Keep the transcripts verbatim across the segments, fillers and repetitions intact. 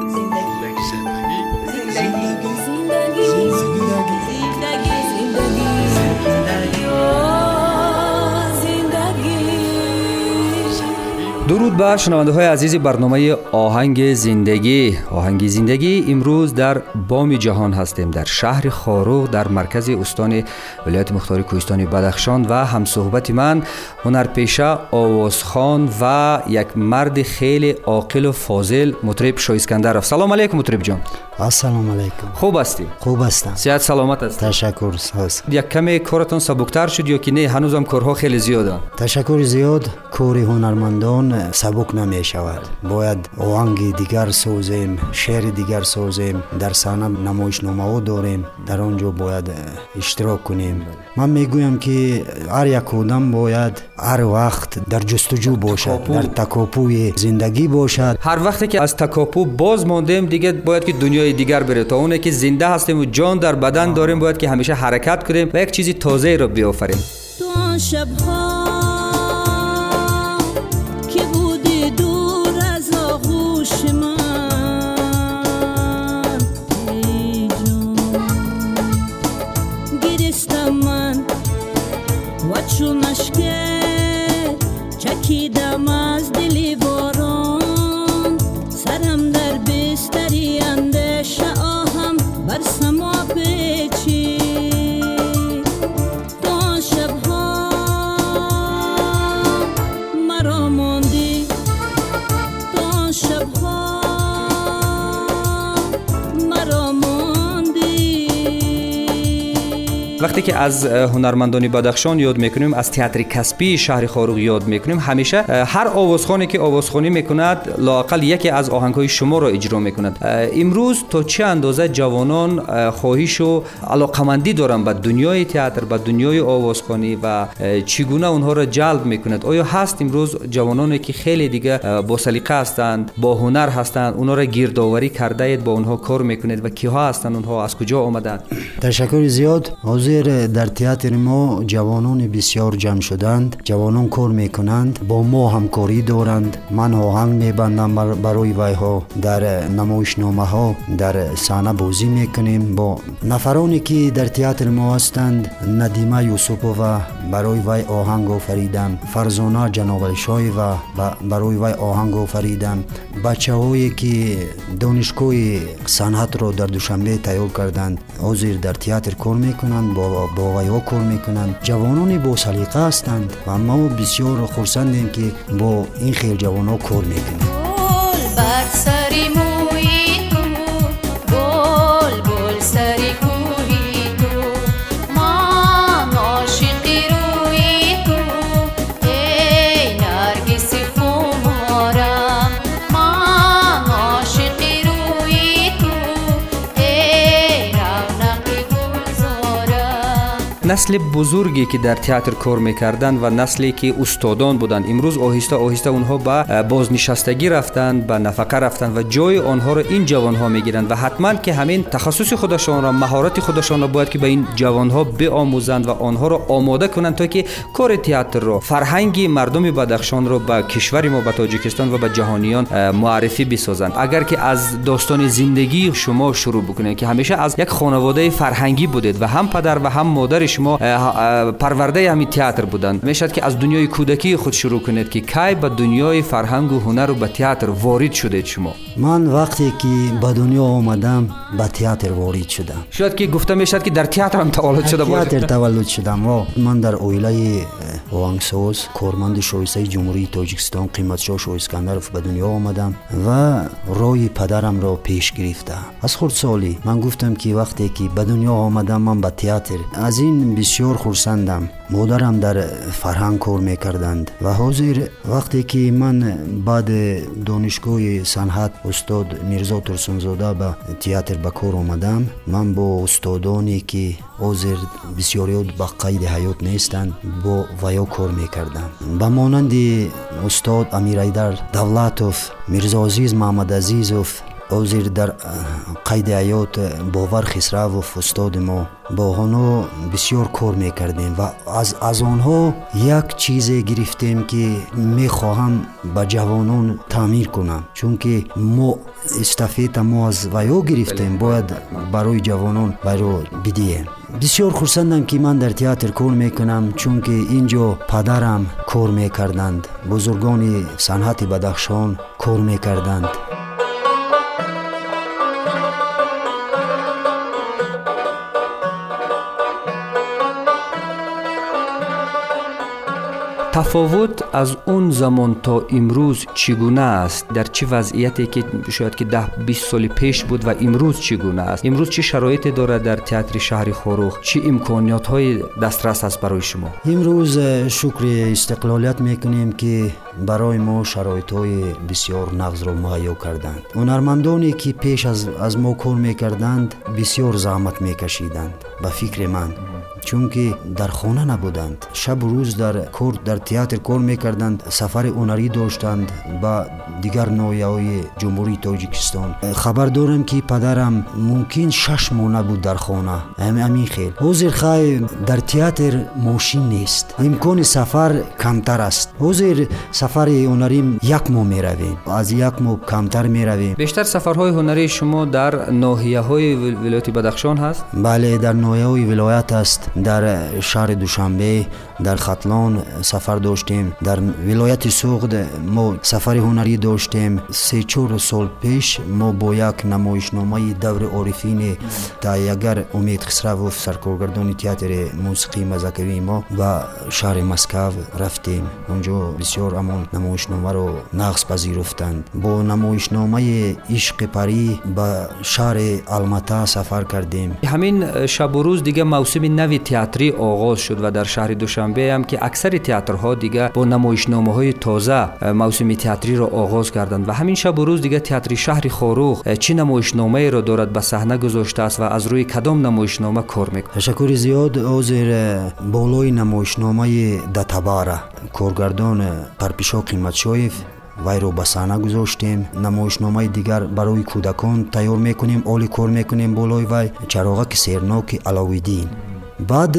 درود بر شنونده های عزیز برنامه آهنگ زندگی. آهنگ زندگی امروز در بام جهان هستیم، در شهر خاروق در مرکز استان ولایت مختار کوهستان بدخشان و همصحبت من هنرپیشه آوازخوان و یک مرد خیلی عاقل و فاضل مطرب شایسکندرов. سلام علیکم مطرب جان. السلام علیکم. خوب هستی؟ خوب هستم. صحت سلامت هستی؟ تشکر. هست. یک کمی کارتون سبکتر شد یا که نه هنوزم کارها خیلی زیاده؟ تشکر. زیاد کار هنرمندان سبک نمی شود. باید آهنگ دیگر سازیم، شعر دیگر سازیم، در صحنه نمایشنامه‌ها داریم، در آنجا باید اشتراک کنیم. من میگویم که هر یک آدم باید هر وقت در جستجو باشد، در تکاپوی زندگی باشد. هر وقتی که از تکاپو باز ماندیم دیگه باید که دنیای دیگر بره. تا اونه که زنده هستیم و جان در بدن داریم باید که همیشه حرکت کنیم و یک چیزی تازه رو بیافریم. تو شب‌ها که بودی دور از آغوش من، ای جان گرستم من و چون اشکر چکیدم از دلی باران، سرم در بستری اندیشه آهم بر سما پیچی. تو شبها مرا ماندی، تو شبها مرا ماندی. وقتی که از هنرمندان بدخشان یاد میکنیم، از تئاتر کسبی شهر خاروق یاد میکنیم، همیشه هر آوازخوانی که آوازخوانی میکند لااقل یکی از آهنگهای شما را اجرا میکند. امروز تا چه اندازه جوانان خواهش و علاقمندی دارند به دنیای تئاتر، به دنیای آوازخوانی و چگونه اونها را جلب میکند؟ آیا هست امروز جوانانی که خیلی دیگه با سلیقه هستند، با هنر هستند، اونها را گردآوری کرده اید، با اونها کار میکنید و کیها هستند، اونها از کجا آمدند؟ تشکر. زیاد حاضر در تئاتر ما جوانان بسیار جمع شدند، جوانان کار میکنند، با ما همکاری دارند. من آهنگ میبندم برای ویها، در نمایشنامه ها در صحنه بازی میکنیم با نفرانی که در تئاتر ما هستند. ندیمه یوسفووا برای وی آهنگ آفریدم، فرزانه جنابالشای و برای وی آهنگ آفریدم. بچه هایی که دانشگاه صنعت را در دوشنبه تیار کردند حاضر در تئاتر کار میکنند، با با وی کار میکنند. جوانان با سلیقه هستند و ما بسیار خرسندیم که با این خیل جوانان کار میکنیم. گل بر سری موی تو، گل بل سری کوهی تو، من عاشقی روی تو، ای نرگس خمارم، من عاشقی روی تو، ای رونق گلزارم. نسل بزرگی که در تئاتر کار میکردن و نسلی که استادان بودند امروز آهسته آهسته اونها به بازنشستگی رفتند، به نفقه رفتند و جای آنها را این جوانها میگیرند و حتما که همین تخصص خودشان را، مهارت خودشان را باید که به این جوانها بیاموزند و آنها را آماده کنند تا که کار تئاتر را، فرهنگ مردم بدخشان را به کشور ما، به تاجیکستان و به جهانیان معرفی بسازند. اگر که از داستان زندگی شما شروع بکنید که همیشه از یک خانواده فرهنگی بودید و هم پدر و هم مادر شما پرورده همین تئاتر بودند، میشد که از دنیای کودکی خود شروع کنید که کی به دنیای فرهنگ و هنر و به تئاتر وارد شدید شما؟ من وقتی که به دنیا آمدم به تئاتر وارد شدم. شاید که گفته میشد که در تئاتر هم تولد شده باشید. تئاتر تولد شدم و من در اویله آهنگساز کارمند شایسته جمهوری تاجیکستان قیمتشاه شایسکندرov به دنیا آمدم و رای پدرم را پیش گرفتم. از خردسالی من گفتم که وقتی که به دنیا آمدم من به تئاتر، از این بسیار خرسندم. مادرم در فرهنگ کار میکردند و حاضر وقتی که من بعد دانشگاه صنعت استاد میرزا ترسونزاده به تئاتر به کار آمدم، من با استادانی که حاضر بسیاری به قید حیات نیستند با ویا کار میکردم. به مانند استاد امیر ایدر دولتوف، میرزا عزیز محمد عزیزوف، ҳозир дар қайди ҳаёт бовар хисравов устоди мо бо онҳо бисёр кор мекардем ва аз аз онҳо як чизе гирифтем ки мехоҳам ба ҷавонон таъмир кунам, чунки мо эстафета мо аз вайҳо гирифтем, бояд барои ҷавонон вайро бидием. бисёр хурсандам ки ман дар театр кор мекунам, чунки инҷо падарам кор мекарданд, бузургони санъати Бадахшон кор мекарданд. тафовут аз он замон то имрӯз чӣ гуна аст? дар чӣ вазъияте ки шояд ки даҳ бист соли пеш буд ва имрӯз чӣ гуна аст? имрӯз чӣ шароите дорад дар театри шаҳри Хорух? чӣ имкониятҳои дастрас аст барои шумо? имрӯз шукри истиқлолият мекунем ки барои мо шароитҳои бисёр нағзро муҳайё карданд. ҳунармандоне ки пеш аз, аз мо кор мекарданд бисёр заҳмат мекашиданд ба фикри ман, чунки дар хона набуданд, шабу рӯз дар кор дар театр кор мекарданд, сафари ҳунарӣ доштанд ба дигар ноҳияҳои ҷумҳурии Тоҷикистон. хабар дорам ки падарам мумкин шаш моҳ набуд дар хона, ҳамин хел. ҳозир хай дар театр мошин нест, имкони сафар камтар аст. ҳозир сафари ҳунарӣ як моҳ меравем, аз як моҳ камтар меравем. бештар сафарҳои ҳунарии шумо дар ноҳияҳои вилояти Бадахшон ҳаст? бале, дар ноҳияҳои вилоят аст. дар шаҳри Душанбе, дар Хатлон сафар доштем, дар вилояти Суғд мо сафари ҳунарӣ доштем. се чор сол пеш мо бо як намоишномаи даври орифини таҳиягар Умед Хисравов, саркоргардони театри мусиқии мазакавии мо, ба шаҳри Москав рафтем. онҷо бисёр амон намоишномаро нағз пазируфтанд. бо намоишномаи ишқи парӣ ба шаҳри Алмата сафар кардем. ҳамин шабу рӯз дига мавсими нави театрӣ оғоз шуд ва дар шаҳри Душанбе ҳам ки аксари театрҳо дига бо намоишномаҳои тоза мавсими театриро оғоз карданд ва ҳамин шабу рӯз дига театри шаҳри Хорух чӣ намоишномаеро дорад ба саҳна гузоштааст ва аз рӯи кадом намоишнома кор мекунад? ташаккури зиёд. ҳозир болои намоишномаи Датабара коргардон Парпишо Қиматшоев вайро ба саҳна гузоштем. намоишномаи дигар барои кӯдакон тайёр мекунем, оли кор мекунем болои вай, Чароғаки серноки Аловиддин. баъд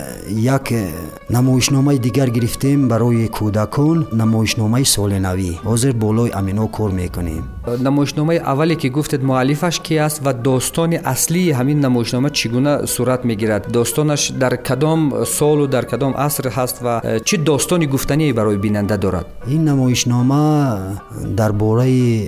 як намоишномаи дигар гирифтем барои кӯдакон, намоишномаи соленавӣ. ҳозир болои амино кор мекунем. намоишномаи аввале ки гуфтед муаллифаш ки аст ва достони аслии ҳамин намоишнома чӣ гуна сурат мегирад? достонаш дар кадом солу дар кадом аср ҳаст ва чӣ достони гуфтание барои бинанда дорад? ин намоишнома дар бораи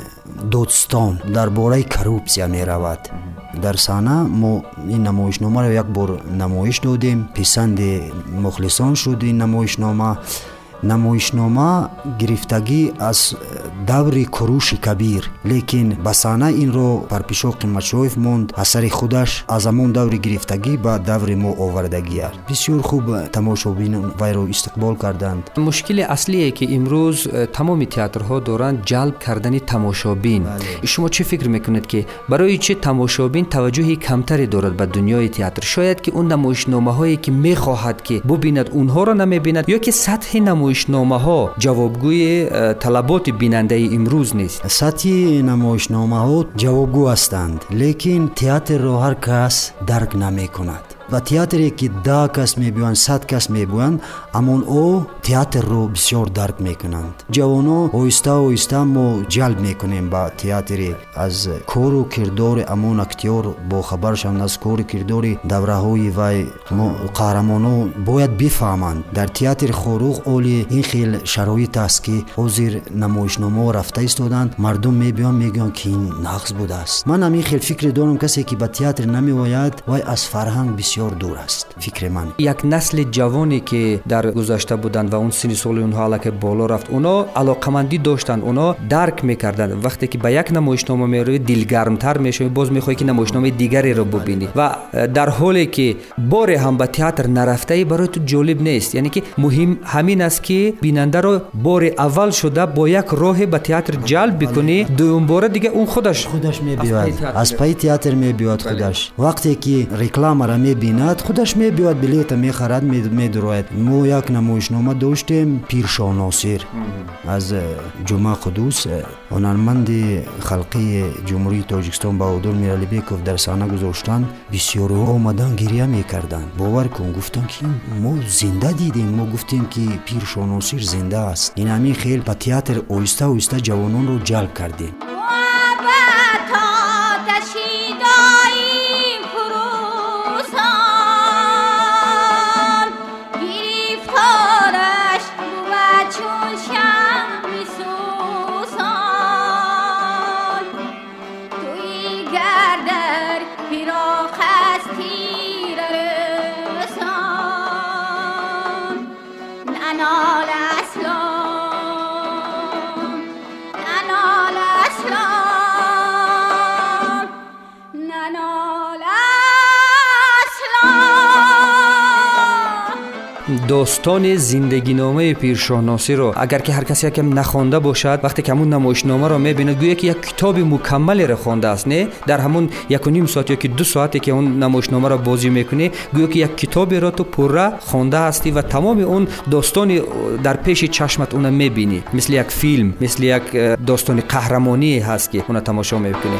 Додстон, дар бораи коррупсия меравад. дар саҳна мо ин намоишномаро як бор намоиш додем, писанди мухлисон шуд ин намоишнома. намоишнома гирифтагӣ аз даври Куруши Кабир, лекин ба саҳна инро Парпишо Қиматшоев монд, асари худаш аз ҳамон даври гирифтагӣ ба даври мо овардагӣ аст. бисёр хуб тамошобинон вайро истиқбол карданд. мушкили аслие ки имрӯз тамоми театрҳо доранд ҷалб кардани тамошобин. шумо чӣ фикр мекунед ки барои чӣ тамошобин таваҷҷӯҳи камтаре дорад ба дунёи театр? шояд ки он намоишномаҳое ки мехоҳад ки бубинад онҳоро намебинад, ё ки сатҳи намоишномаҳо ҷавобгӯи талаботи бинандаи имрӯз нест? сатҳи намоишномаҳо ҷавобгӯ ҳастанд, лекин театрро ҳар кас дарк намекунад. ва театре ки да кас мебиёнд, сад кас мебиёнд, амон о театрро бисёр дарк мекунанд. ҷавоно оҳиста оҳиста мо ҷалб мекунем ба театре, аз кору кирдори амон актёр бохабаршанд, аз кору кирдори давраҳои вай. мо қаҳрамоно бояд бифаҳманд. дар театри Хорух оли ин хел шароит аст ки ҳозир намоишномаҳо рафта истоданд, мардум мебиёнд мегӯянд ки ин нағз будааст. ман ҳамин хел фикре дорам, касе ки ба театр намеояд вай аз фарҳанг бисёр дур аст. фикри ман як насли ҷавоне ки дар гузашта буданд ва он синни соли онҳо аллакай боло рафт, онҳо алоқамандӣ доштанд, онҳо дарк мекарданд. вақте ки ба як намоишнома мероӣ дилгармтар мешавӣ, боз мехоҳӣ ки намоишномаи дигареро бубинӣ ва дар ҳоле ки боре ҳам ба театр нарафтаӣ барои ту ҷолиб нест. яъне ки муҳим ҳамин аст ки бинандаро бори аввал шуда бо як роҳе ба театр ҷалб бикунӣ, дуюмбора дига он худаш худаш мебиёяд, аз пайи театр мебиёяд худаш. вақте ки рекламара мебиёяд میبیند خودش میبیاد بلیت میخرد میدراید. ما یک نمایشنامه داشتیم پیر شاه ناصر از جمعه قدوس، هنرمند خلقی جمهوری تاجیکستان بهادر میرعلیبیکوف در صحنه گذاشتن. بسیار آمدن گریه میکردن. باور کن گفتن که ما زنده دیدیم. ما گفتیم که پیر شاه ناصر زنده است. این همین خیلی با تئاتر آهسته آهسته جوانان رو جلب کردیم. داستان زندگی نامه پیر شاه ناصر رو اگر که هر کسی یکم نخوانده باشد، وقتی که همون نمایشنامه رو میبینه گویا که یک کتاب مکمل رو خوانده است. نه در همون یک و نیم ساعت یا که دو ساعتی که اون نمایشنامه رو بازی میکنه گویا که یک کتابی رو تو پره خوانده هستی و تمام اون داستان در پیش چشمت اون میبینی، مثل یک فیلم، مثل یک داستان قهرمانی هست که اون تماشا میکنی.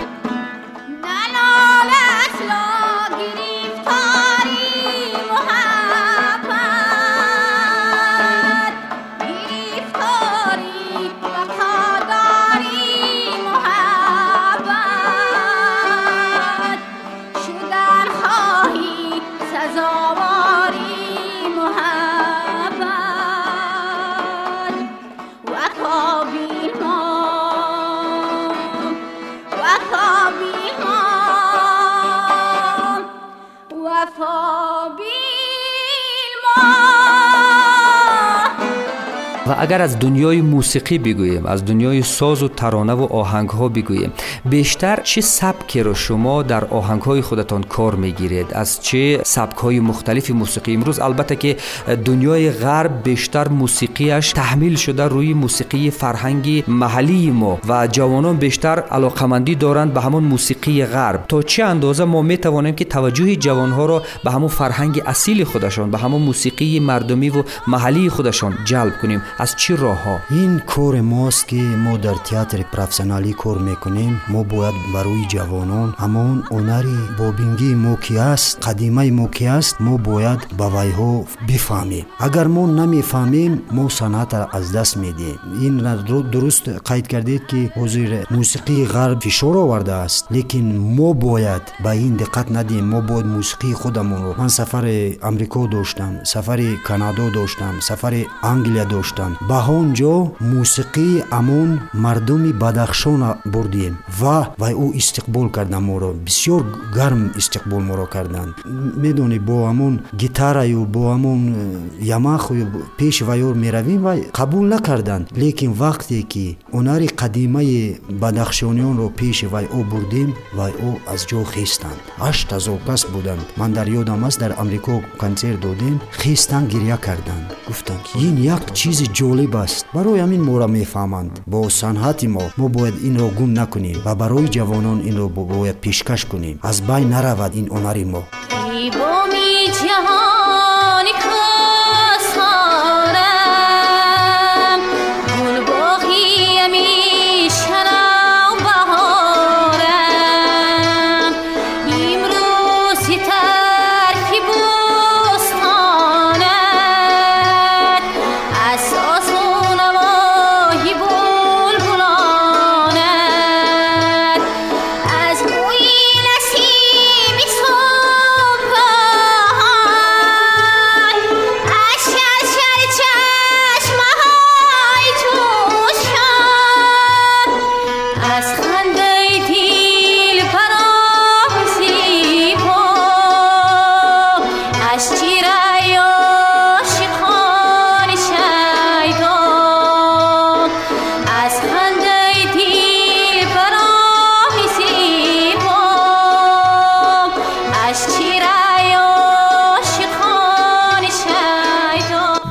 و اگر از دنیای موسیقی بگوییم، از دنیای ساز و ترانه و آهنگ ها بگوییم، بیشتر چه سبکی رو شما در آهنگ های خودتان کار میگیرید؟ از چه سبک های مختلف موسیقی؟ امروز البته که دنیای غرب بیشتر موسیقیش تحمیل شده روی موسیقی فرهنگی محلی ما و جوانان بیشتر علاقمندی دارند به همون موسیقی غرب. تا چه اندازه ما میتوانیم که توجه جوان ها رو به همون فرهنگ اصیل خودشان، به همون موسیقی مردمی و محلی خودشان جلب کنیم؟ از چی راه ها؟ این کار ماست که ما در تئاتر پروفسیونالی کار میکنیم. ما باید برای جوانان همون هنری بابینگی ما کی است، قدیمی ما کی است، ما باید با ویها بفهمیم. اگر ما نمیفهمیم ما صنعت از دست میدیم. این درست قید کردید که حضور موسیقی غرب فشار آورده است، لیکن ما باید با این دقت ندیم. ما باید موسیقی خودمون رو، من سفر امریکا داشتم، سفر کانادا داشتم، سفر انگلیا داشتم، با اونجا موسیقی امون مردمی بدخشان بردیم و و او استقبال کردن ما رو، بسیار گرم استقبال ما رو کردن. میدونی با امون گیتار و با امون یماخ پیش ویور میرویم و قبول نکردن، لیکن وقتی که هنر قدیمی بدخشانیان رو پیش وی او بردیم و او از جا خیستند. هشت هزار کس بودند. من در یادم است در امریکا کنسرت دادیم، خیستن گریه کردند. گفتن این یک چیز جالب است. برای همین ما را میفهمند. با صنعت ما ما باید این را گم نکنیم و برای جوانان این را باید پیشکش کنیم. از بین نرود این هنر ما.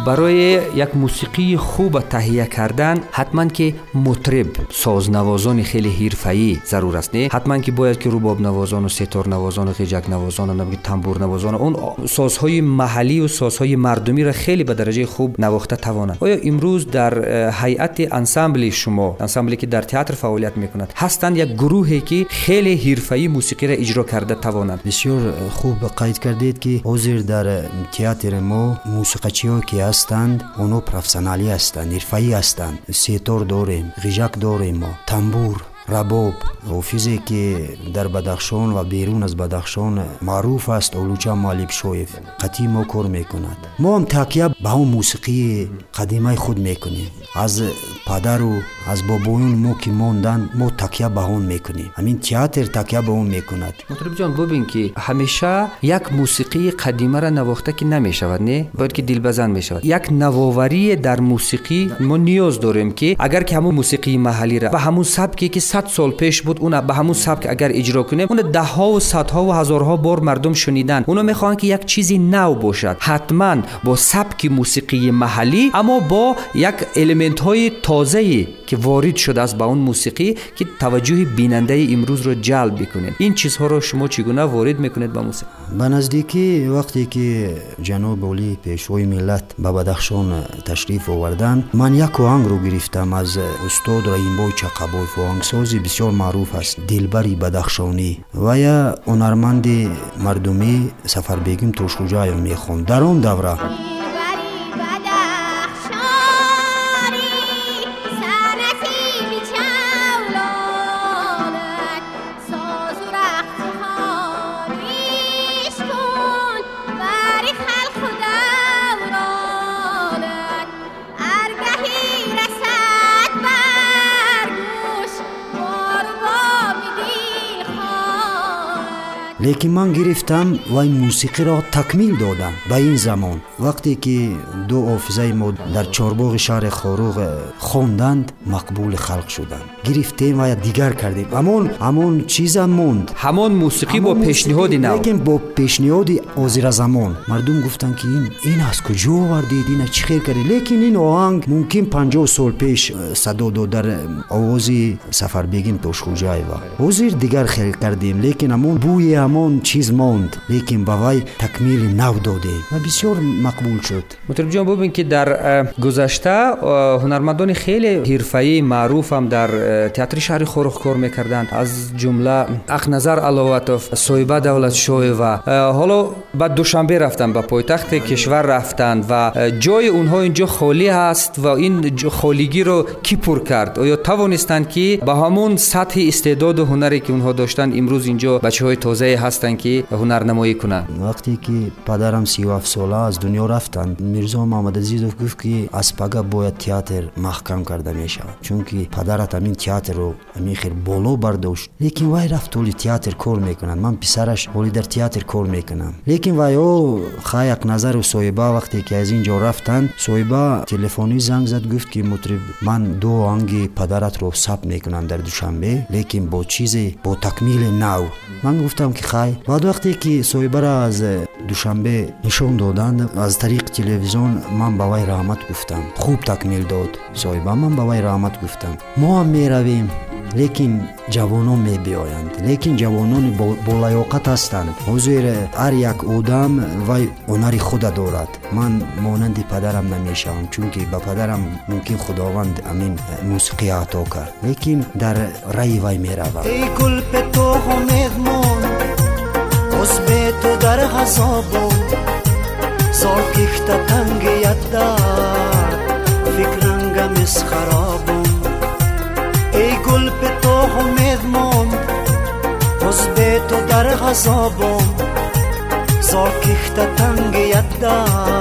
برای یک موسیقی خوب تهیه کردن حتما که مطرب، سازنوازان خیلی حرفه‌ای ضرور است. نه حتما که باید که رباب نوازان و ستار نوازان و خیجک نوازان و نمیگه تنبور نوازان اون سازهای محلی و سازهای مردمی را خیلی به درجه خوب نواخته توانند. آیا امروز در هیئت انسامبل شما، انسامبلی که در تئاتر فعالیت میکند، هستند یک گروهی که خیلی حرفه‌ای موسیقی را اجرا کرده توانند؟ بسیار خوب قید کردید که حاضر در تئاتر ما موسیقی‌ها که هستند اونها پروفسیونالی هستند، حرفه‌ای هستند. ستار داریم، خیجک داریم، ما تنبور، رباب، حافظی که در بدخشان و بیرون از بدخشان معروف است، اولوچا مالک شویف قطعی ما کار میکند. ما هم تکیه به اون موسیقی قدیمی خود میکنیم. از پدر و از بابایون ما که ماندن ما تکیه به اون میکنیم. همین تئاتر تکیه به اون میکند. مطرب جان ببین که همیشه یک موسیقی قدیمی را نواخته که نمیشود، نه باید که دلبزن میشود. یک نوآوری در موسیقی ما نیاز داریم که اگر که همون موسیقی محلی را به همون سبکی که صد سال پیش بود اون به همون سبک اگر اجرا کنیم، اون ده ها و صدها و هزارها بار مردم شنیدن. اونا میخوان که یک چیزی نو باشد، حتما با سبک موسیقی محلی اما با یک الیمنت های تازه‌ای که وارد شده است با اون موسیقی که توجه بیننده امروز رو جلب بکنه. این چیزها رو شما چگونه وارد میکنید با موسیقی؟ به نزدیکی وقتی که جناب ولی پیشوای ملت به بدخشان تشریف آوردن، من یک آهنگ رو گرفتم از استاد رحیم‌بای چقبایف، آهنگساز بسیار معروف است، دلبری بدخشانی و یا هنرمند مردمی سفربگیم توشخوجایو میخوند. در اون دوره لیکن من گرفتم و این موسیقی را تکمیل دادم. به این زمان وقتی که دو حافظه ما در چارباغ شهر خاروق خواندند، مقبول خلق شدند. گرفتیم و دیگر کردیم. همون همون چیز هم موند، همون موسیقی با پیشنهاد نو، لیکن با پیشنهاد آذر زمان. مردم گفتن که این این از کجا آوردید، این چی خیر کردید؟ لیکن این آهنگ ممکن پنجاه سال پیش صدا داد در آوازی سفربگیم توشخوجایو. آذر دیگر خیر کردیم، لیکن همون بوی همون چیز موند، لیکن با وی تکمیل نو داده و بسیار مقبول شد. مطرب جان ببین که در گذشته هنرمندان خیلی حرفه‌ای معروف هم در تئاتر شهر خاروق کار میکردند، از جمله اخنظر علواتوف، صایبه دولت شاه و حالا بعد دوشنبه رفتن به پایتخت کشور رفتند و جای اونها اینجا خالی هست و این خالیگی رو کی پر کرد؟ آیا توانستند که به همون سطح استعداد و هنری که اونها داشتن امروز اینجا بچه‌های تازه هستن که هنرنمایی کنن؟ وقتی که پدرم سی و هفت ساله از دنیا رفتند، میرزا محمد عزیزوف گفت که از پگاه باید تئاتر محکم کرده میشه، چون که پدرت همین تئاتر رو همین خیلی بالا برداشت. لیکن وای رفت ولی تئاتر کار میکنن، من پسرش ولی در تئاتر کار میکنم. لیکن وای او خایق نظر و صایبه وقتی که از اینجا رفتند، صایبه تلفنی زنگ زد گفت که مطرب من دو آهنگ پدرت رو ثبت میکنم در دوشنبه، لیکن با چیزی با تکمیل نو. من گفتم که خای. بعد وقتی که صایبه را از دوشنبه نشون دادند از طریق تلویزیون، من با وی رحمت گفتم، خوب تکمیل داد صایبه. من با وی رحمت گفتم ما هم میرویم لیکن جوانان می بیایند، لیکن جوانان با لیاقت هستند. حضور هر یک آدم و هنر خود دارد. من مانند پدرم نمیشم، چون که با پدرم ممکن خداوند امین موسیقی عطا کرد، لیکن در رای وی می روم. ای گل به تو امید مون، از به تو در حسابم، سال کشته تنگ یده فکرنگم از خرابم. ای گل به تو امید مون، از به تو در حسابم، سال کشته تنگ یده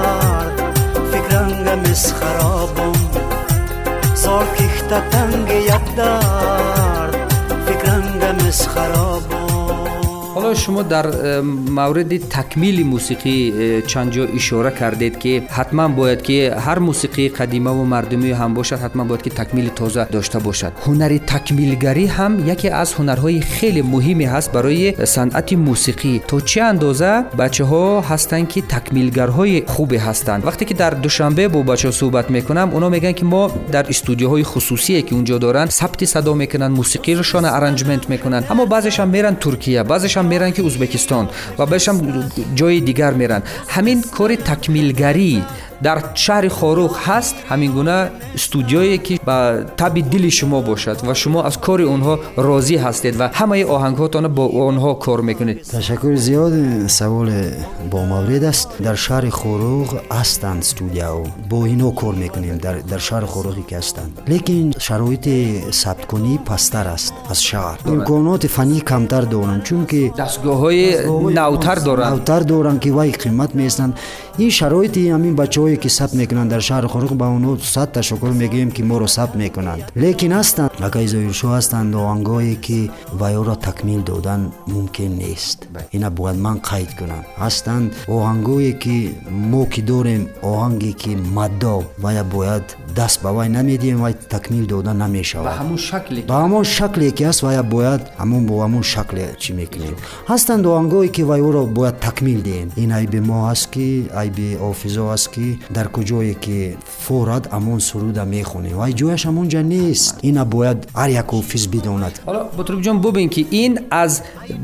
فکرنگم از خرابم. سال کشته تنگ یده فکرنگم از خرابم. حالا شما در مورد تکمیل موسیقی چند جا اشاره کردید که حتما باید که هر موسیقی قدیمه و مردمی هم باشد، حتما باید که تکمیل تازه داشته باشد. هنر تکمیلگری هم یکی از هنرهای خیلی مهمی هست برای صنعت موسیقی. تو چه اندازه بچه‌ها هستن که تکمیلگرهای خوبی هستند. وقتی که در دوشنبه با بچه‌ها صحبت میکنم، اونا میگن که ما در استودیوهای خصوصی که اونجا دارن ثبت صدا میکنن، موسیقی روشان ارنجمنت میکنن، اما بعضیش هم میرن ترکیه، بعضیش هم میرن که ازبکستان و بعضیش هم جای دیگر میرن. همین کار تکمیلگری در شهر خاروق هست، همین گونه استودیویی که با تب دل شما باشد و شما از کار اونها راضی هستید و همه آهنگاتون با اونها کار میکنید. تشکر زیاد. سوال با مورد است. در شهر خاروق هستند استودیو، با اینا کار میکنیم در در شهر خاروقی که هستند، لیکن شرایط ثبت کنی پستر است از شهر. امکانات فنی کمتر دارن، چون که دستگاه‌های نوتر دارن نوتر دارن که وای قیمت میستند. این شرایطی همین بچه‌هایی که ثبت میکنن در شهر خاروق با اونها صد تشکر میگیم که ما رو ثبت میکنند، لیکن هستند لکه زایرشو هستند آهنگایی که وای را تکمیل دادن ممکن نیست. اینا باید من قید کنم. هستند آهنگایی که ما که داریم، آهنگی که مدا وای باید دست به وای نمیدیم، وای تکمیل دادن نمیشه به همون شکلی به همون شکلی که است وای باید همون با همون شکل چی میکنیم. هستند آهنگایی که وای را باید تکمیل دیم. این ای به ما است که ای به حافظا است که در کجایی که فوراد همون سرود میخونه وای جویش همونجا نیست. این باید هر یک حافظ بداند. حالا بطرب جان ببین که این از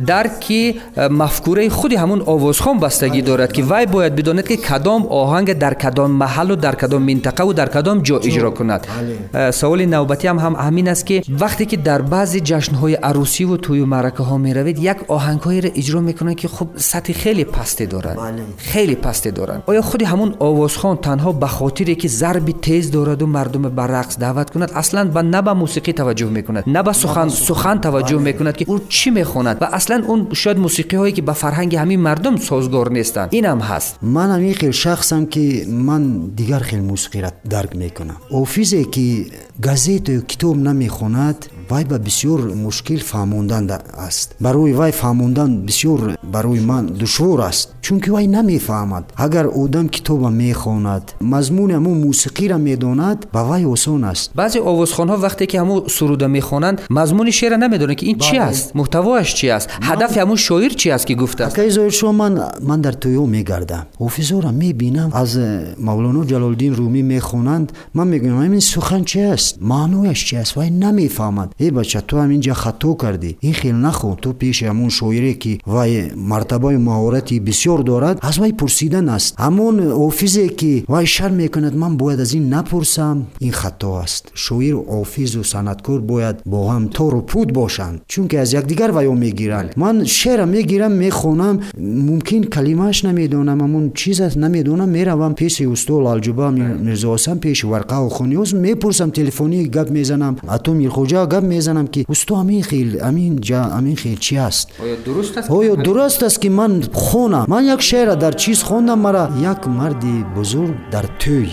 درک مفکوره خود همون آوازخوان بستگی دارد که وای باید بداند که کدام آهنگ در کدام محل و در کدام منطقه و در کدام جا اجرا کند. سوال نوبتی هم, هم همین است که وقتی که در بعضی جشن‌های عروسی و توی و معرکه ها میروید، یک آهنگ‌هایی را اجرا میکنن که خب سطح خیلی پستی دارد، خیلی پستی دارد. آیا خود همون آوازخوان تنها به خاطری که ضرب تیز دارد و مردم به رقص دعوت کند، اصلا به نه به موسیقی توجه میکند، نه به سخن سخن توجه میکند که اون چی میخواند و اصلا اون شاید موسیقی هایی که به فرهنگ همین مردم سازگار نیستند. اینم هست. من همین خیلی شخصم که من دیگر خیلی موسیقی را درک میکنم. حافظی که گازیت و کتاب نمیخواند وای با بسیار مشکل فهموندن است. برای وای فهموندن بسیار برای من دشوار است، چون که وای نمیفهمد. اگر آدم کتاب میخواند، مضمون همون موسیقی را میداند، با وای آسان است. بعضی آوازخوان‌ها وقتی که همون سروده میخوانند، مضمون شعر نمیدونن که این چی است، محتواش چی است، هدف همون شاعر چی است که گفته است. که زایرشو من من در تویو میگردم، حافظا را میبینم از مولانا جلال الدین رومی میخوانند، من میگم این سخن چی است، معنیش چی است، وای نمیفهمد. ای بچه تو همینجا خطا کردی، این خیلی نخون. تو پیش همون شاعری که وای مرتبه مهارتی بسیار دارد از وای پرسیدن است. همون حافظی که وای شرم میکند من باید از این نپرسم، این خطا است. شاعر و حافظ و صنعتکار باید با هم تار و پود باشند، چون که از یکدیگر وای میگیرند. من شعر میگیرم میخونم، ممکن کلمه‌اش نمیدونم، همون چیز است نمیدونم، میروم پیش استاد الجبا میرزا حسن پیش ورقه و خونیوز میپرسم، تلفنی گپ میزنم، اتو میرخوجا گپ میزنم که استاد همین خیل همین جا همین خیل چی است؟ آیا درست است؟ آیا درست است که من خونم؟ من یک شعر در چیز خوندم، مرا یک مردی بزرگ در توی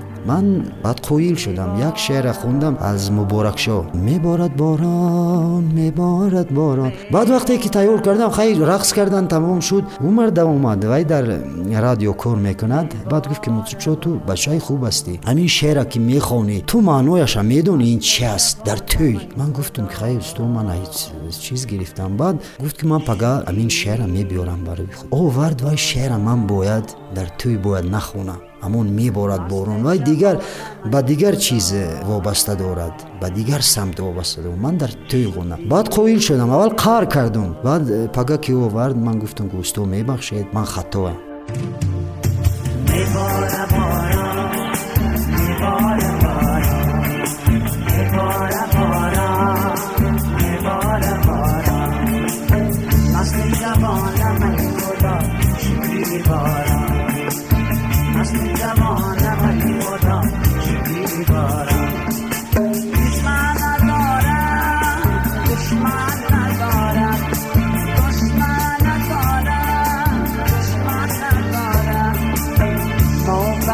من بعد خویل شدم، یک شعر خوندم از مبارک شاه، میبارد باران میبارد باران. بعد وقتی که تیار کردم خیلی رقص کردن، تمام شد. اون مرد اومد وای در رادیو کار میکند، بعد گفت که مطرب شو تو بچای خوب هستی، همین شعر که میخونی تو معنیش میدونی این چی است در توی؟ من گفتم که خیلی تو من هیچ چیز گرفتم. بعد گفت که من پگاه همین شعر میبیارم برای خود. او ورد وای شعر من باید در توی باید نخونم، همون میبارد بارون و دیگر با دیگر چیز وابسته دارد، با دیگر سمت وابسته دارد. من در توی خوندم، بعد قویل شدم، اول قهر کردم، بعد پگاه که آورد من گفتم که استاد میبخشید من خطاام. میبارد بارون میبارد بارون میبارد بارون میبارد بارون نسل جوان من خدا شکری بارون نسل جوان من خدا شکری بارون دشمن ندارم دشمن ندارم دشمن ندارم دشمن ندارم موقع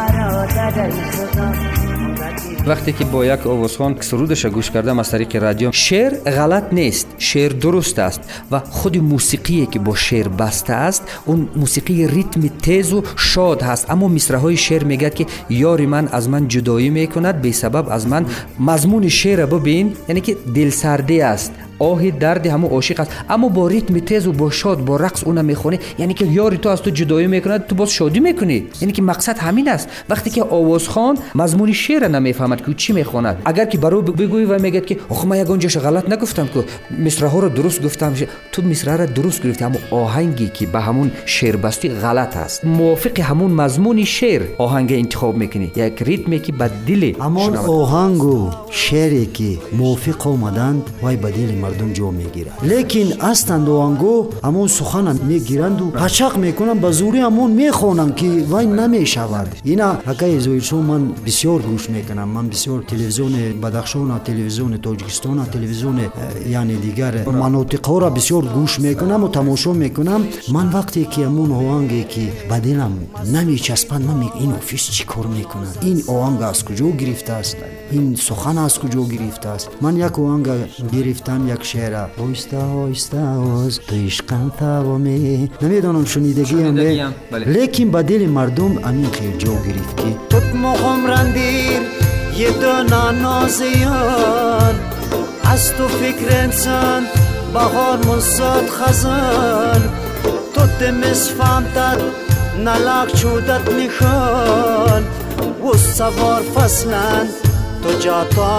وقتی که با یک آوازخوان سرودش گوش کردم از طریق رادیو، شعر غلط نیست، شعر درست است و خود موسیقی که با شعر بسته است اون موسیقی ریتم تیز و شاد هست، اما مصرع‌های شعر میگه که یاری من از من جدایی میکند بی سبب از من. مضمون شعر ببین، یعنی که دل سرده است، آه درد همو عاشق است، اما با ریتم تیز و با شاد با رقص اونم میخونه، یعنی که یاری تو از تو جدایی میکند تو باز شادی میکنی. یعنی که مقصد همین است. وقتی که آوازخوان مضمون شعر نمیفهمد که چی میخواند، اگر که برو بگویی و میگه که آخه من یگانجاش غلط نگفتم که مصرع ها رو درست گفتم، تو مصرع را درست گرفتی اما آهنگی که به همون شعر بستی غلط است. موافق همون مضمون شعر آهنگ انتخاب میکنی، یک ریتمی که به دل اما آهنگ و شعری که موافق اومدند وای به دل مردم جا میگیرند، لیکن اصلا آهنگو همون سخن میگیرند و پچق میکنن، به زوری همون میخوانن که وای نمیشود. اینا حکای زویرشو من بسیار گوش میکنم. من بسیار تلویزیون بدخشان، تلویزیون تاجیکستان، تلویزیون یعنی دیگر مناطق ها را بسیار گوش میکنم و تماشا میکنم. من وقتی که همون آهنگی که به دلم نمیچسبند من میگم این آفیس چی کار میکنه، این آهنگ از کجا گرفته است، این سخن از کجا گرفته است. من یک آهنگ گرفتم، یک شعر آیسته آیسته آواز تو عشقم توامی، نمیدونم شنیدگی هم لیکن به دل مردم همین خیلی جا گرفت که توت مخم رندیر یه دانا نازیان، از تو فکر انسان بهار مزاد خزان، توت مس فهمتد نلاک چودت نخان، و سوار فصلن تو جاتا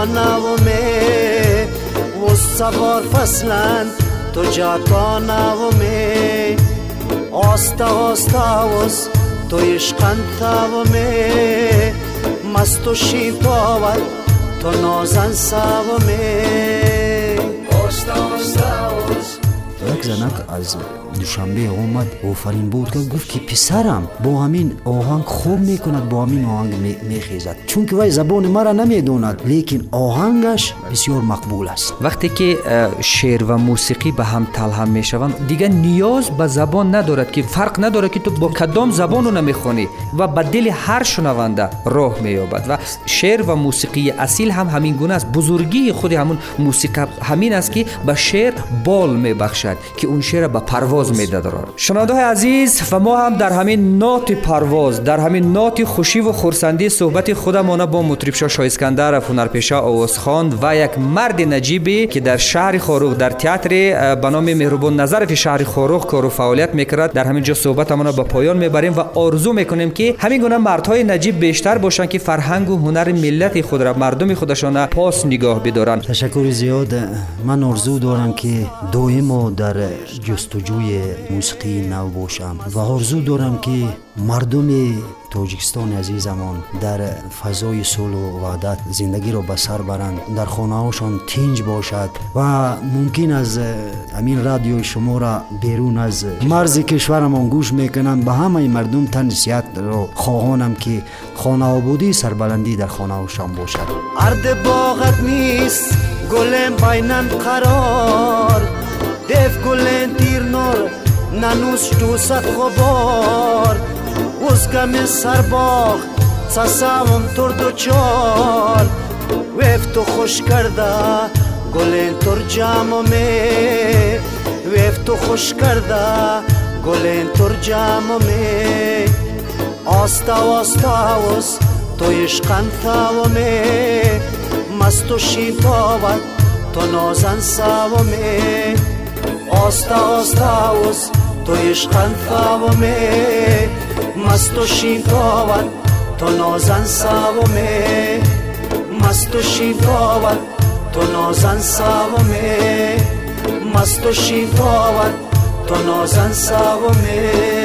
نومه، و سوار فصلن تو جاتا نومه، آستا آستا آوز تو عشقن تاومه، مست و شین تاور تو نازن ساومه، آستا آستا آوز. یک زنک از دوشنبه اومد آفرین بود که گفت که پسرم با همین آهنگ خوب میکند، با همین آهنگ میخیزد، چون که وای زبان مرا نمیدوند لیکن آهنگش بسیار مقبول است. وقتی که شعر و موسیقی به هم تلهم میشوند دیگه نیاز به زبان ندارد، که فرق نداره که تو با کدام زبان رو نمیخونی و به دل هر شنونده راه مییابد. و شعر و موسیقی اصیل هم همین گونه است. بزرگی خود همون موسیقی همین است که به شعر بال میبخشد، که اون شعر به پرواز میدادرد. شنونده‌های عزیز، و ما هم در همین نات پرواز، در همین نات خوشی و خرسندی صحبت خودمان با مطرب شاه شاه اسکندر، هنرپیشه آوازخوان و یک مرد نجیبی که در شهر خاروق در تئاتر به نام مهربان نظرف شهر خاروق کار و فعالیت میکرد، در همین جا صحبتمان به پایان میبریم و آرزو میکنیم که همین گونه مردهای نجیب بیشتر باشند که فرهنگ و هنر ملت خود را، مردم خودشان پاس نگاه بدارند. تشکر زیاد. من آرزو دارم که دائم در جستجوی موسیقی نو باشم و آرزو دارم که مردم تاجیکستان عزیزمان در فضای صلح و وحدت زندگی رو به سر برند، در خانه‌هاشون تنج باشد و ممکن از همین رادیو شما را بیرون از مرز کشورمان گوش میکنم. به همه مردم تنصیحت رو خواهانم که خانه آبادی سربلندی در خانه‌هاشون باشد. ارد باغت نیست گلم بینن قرار، دف گلن تیر نور ننوس دوست خبار، وزگم سر باغ سساوم تر دو چار، ویف تو خوش کرده گلن تر جامو می، ویف تو خوش کرده گلن تر جامو می، آستا آستا آوز تو عشقن تاو می، مست و شین تاود تو نازن ساو می، آستا آستا آوز تو عشقن تاو می، مست و شین تاود تو نازن ساو می، مست و شین تاود تو نازن ساو می، مست و شین تاود تو نازن ساو می.